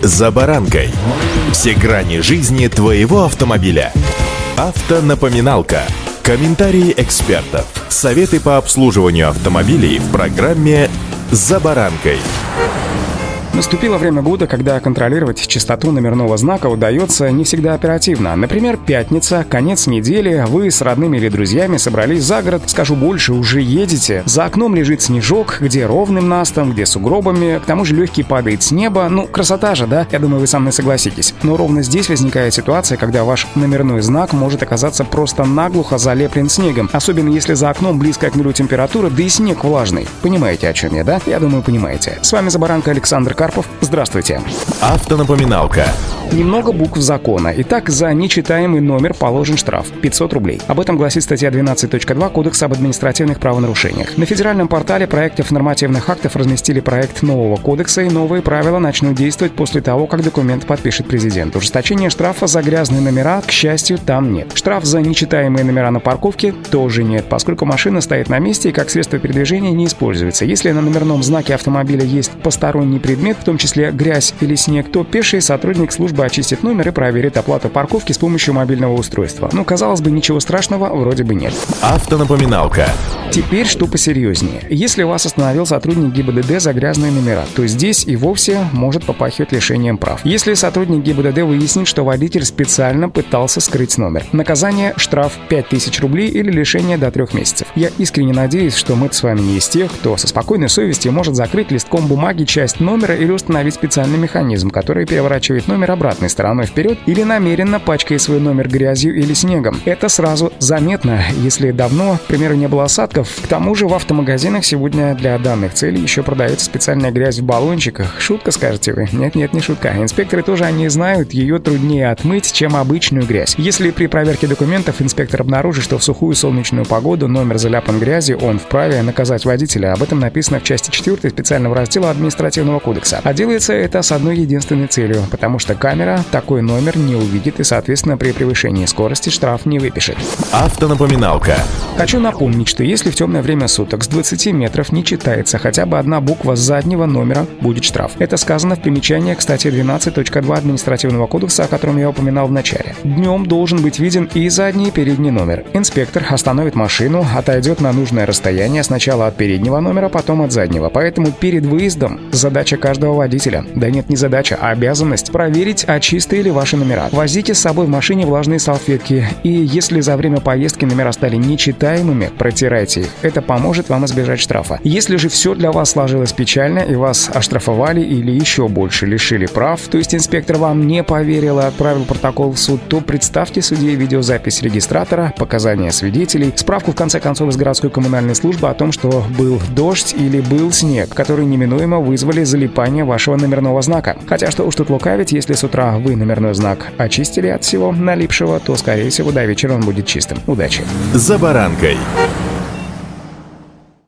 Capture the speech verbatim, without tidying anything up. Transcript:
«За баранкой». Все грани жизни твоего автомобиля. Автонапоминалка. Комментарии экспертов. Советы по обслуживанию автомобилей в программе «За баранкой». Наступило время года, когда контролировать частоту номерного знака удается не всегда оперативно. Например, пятница, конец недели, вы с родными или друзьями собрались за город, скажу больше, уже едете. За окном лежит снежок, где ровным настом, где сугробами, к тому же легкий падает с неба. Ну, красота же, да? Я думаю, вы со мной согласитесь. Но ровно здесь возникает ситуация, когда ваш номерной знак может оказаться просто наглухо залеплен снегом. Особенно если за окном близкая к нулю температура, да и снег влажный. Понимаете, о чем я, да? Я думаю, понимаете. С вами «За баранкой» Александр Карпов. Здравствуйте. Автонапоминалка. Немного букв закона. Итак, за нечитаемый номер положен штраф пятьсот рублей. Об этом гласит статья двенадцать точка два Кодекса об административных правонарушениях. На федеральном портале проектов нормативных актов разместили проект нового кодекса, и новые правила начнут действовать после того, как документ подпишет президент. Ужесточения штрафа за грязные номера, к счастью, там нет. Штраф за нечитаемые номера на парковке тоже нет, поскольку машина стоит на месте и как средство передвижения не используется. Если на номерном знаке автомобиля есть посторонний предмет, в том числе грязь или снег, то пеший сотрудник службы очистит номер и проверит оплату парковки с помощью мобильного устройства. Ну, казалось бы, ничего страшного вроде бы нет. Автонапоминалка. Теперь что посерьезнее. Если вас остановил сотрудник ГИБДД за грязные номера, то здесь и вовсе может попахивать лишением прав. Если сотрудник ГИБДД выяснит, что водитель специально пытался скрыть номер, наказание — штраф пять тысяч рублей или лишение до трех месяцев. Я искренне надеюсь, что мы с вами не из тех, кто со спокойной совестью может закрыть листком бумаги часть номера или установить специальный механизм, который переворачивает номер обратной стороной вперед или намеренно пачкает свой номер грязью или снегом. Это сразу заметно, если давно, к примеру, не было осадков. К тому же в автомагазинах сегодня для данных целей еще продается специальная грязь в баллончиках. Шутка, скажете вы? Нет-нет, не шутка. Инспекторы тоже они знают, ее труднее отмыть, чем обычную грязь. Если при проверке документов инспектор обнаружит, что в сухую солнечную погоду номер заляпан грязью, он вправе наказать водителя. Об этом написано в части четвёртой специального раздела административного кодекса. А делается это с одной единственной целью, потому что камера такой номер не увидит и, соответственно, при превышении скорости штраф не выпишет. Автонапоминалка. Хочу напомнить, что если в темное время суток с двадцати метров не читается хотя бы одна буква заднего номера, будет штраф. Это сказано в примечании к статье двенадцать точка два административного кодекса, о котором я упоминал в начале. Днем должен быть виден и задний, и передний номер. Инспектор остановит машину, отойдет на нужное расстояние сначала от переднего номера, потом от заднего. Поэтому перед выездом задача каждого водителя, да нет, не задача, а обязанность, проверить, а чистые ли ваши номера. Возите с собой в машине влажные салфетки, и если за время поездки номера стали нечитаемыми, протирайте их. Это поможет вам избежать штрафа. Если же все для вас сложилось печально и вас оштрафовали или еще больше лишили прав, то есть инспектор вам не поверил и отправил протокол в суд, то представьте судье видеозапись регистратора, показания свидетелей, справку в конце концов из городской коммунальной службы о том, что был дождь или был снег, которые неминуемо вызвали залипание вашего номерного знака. Хотя что уж тут лукавить, если с утра вы номерной знак очистили от всего налипшего, то скорее всего до вечера он будет чистым. Удачи! За баранкой.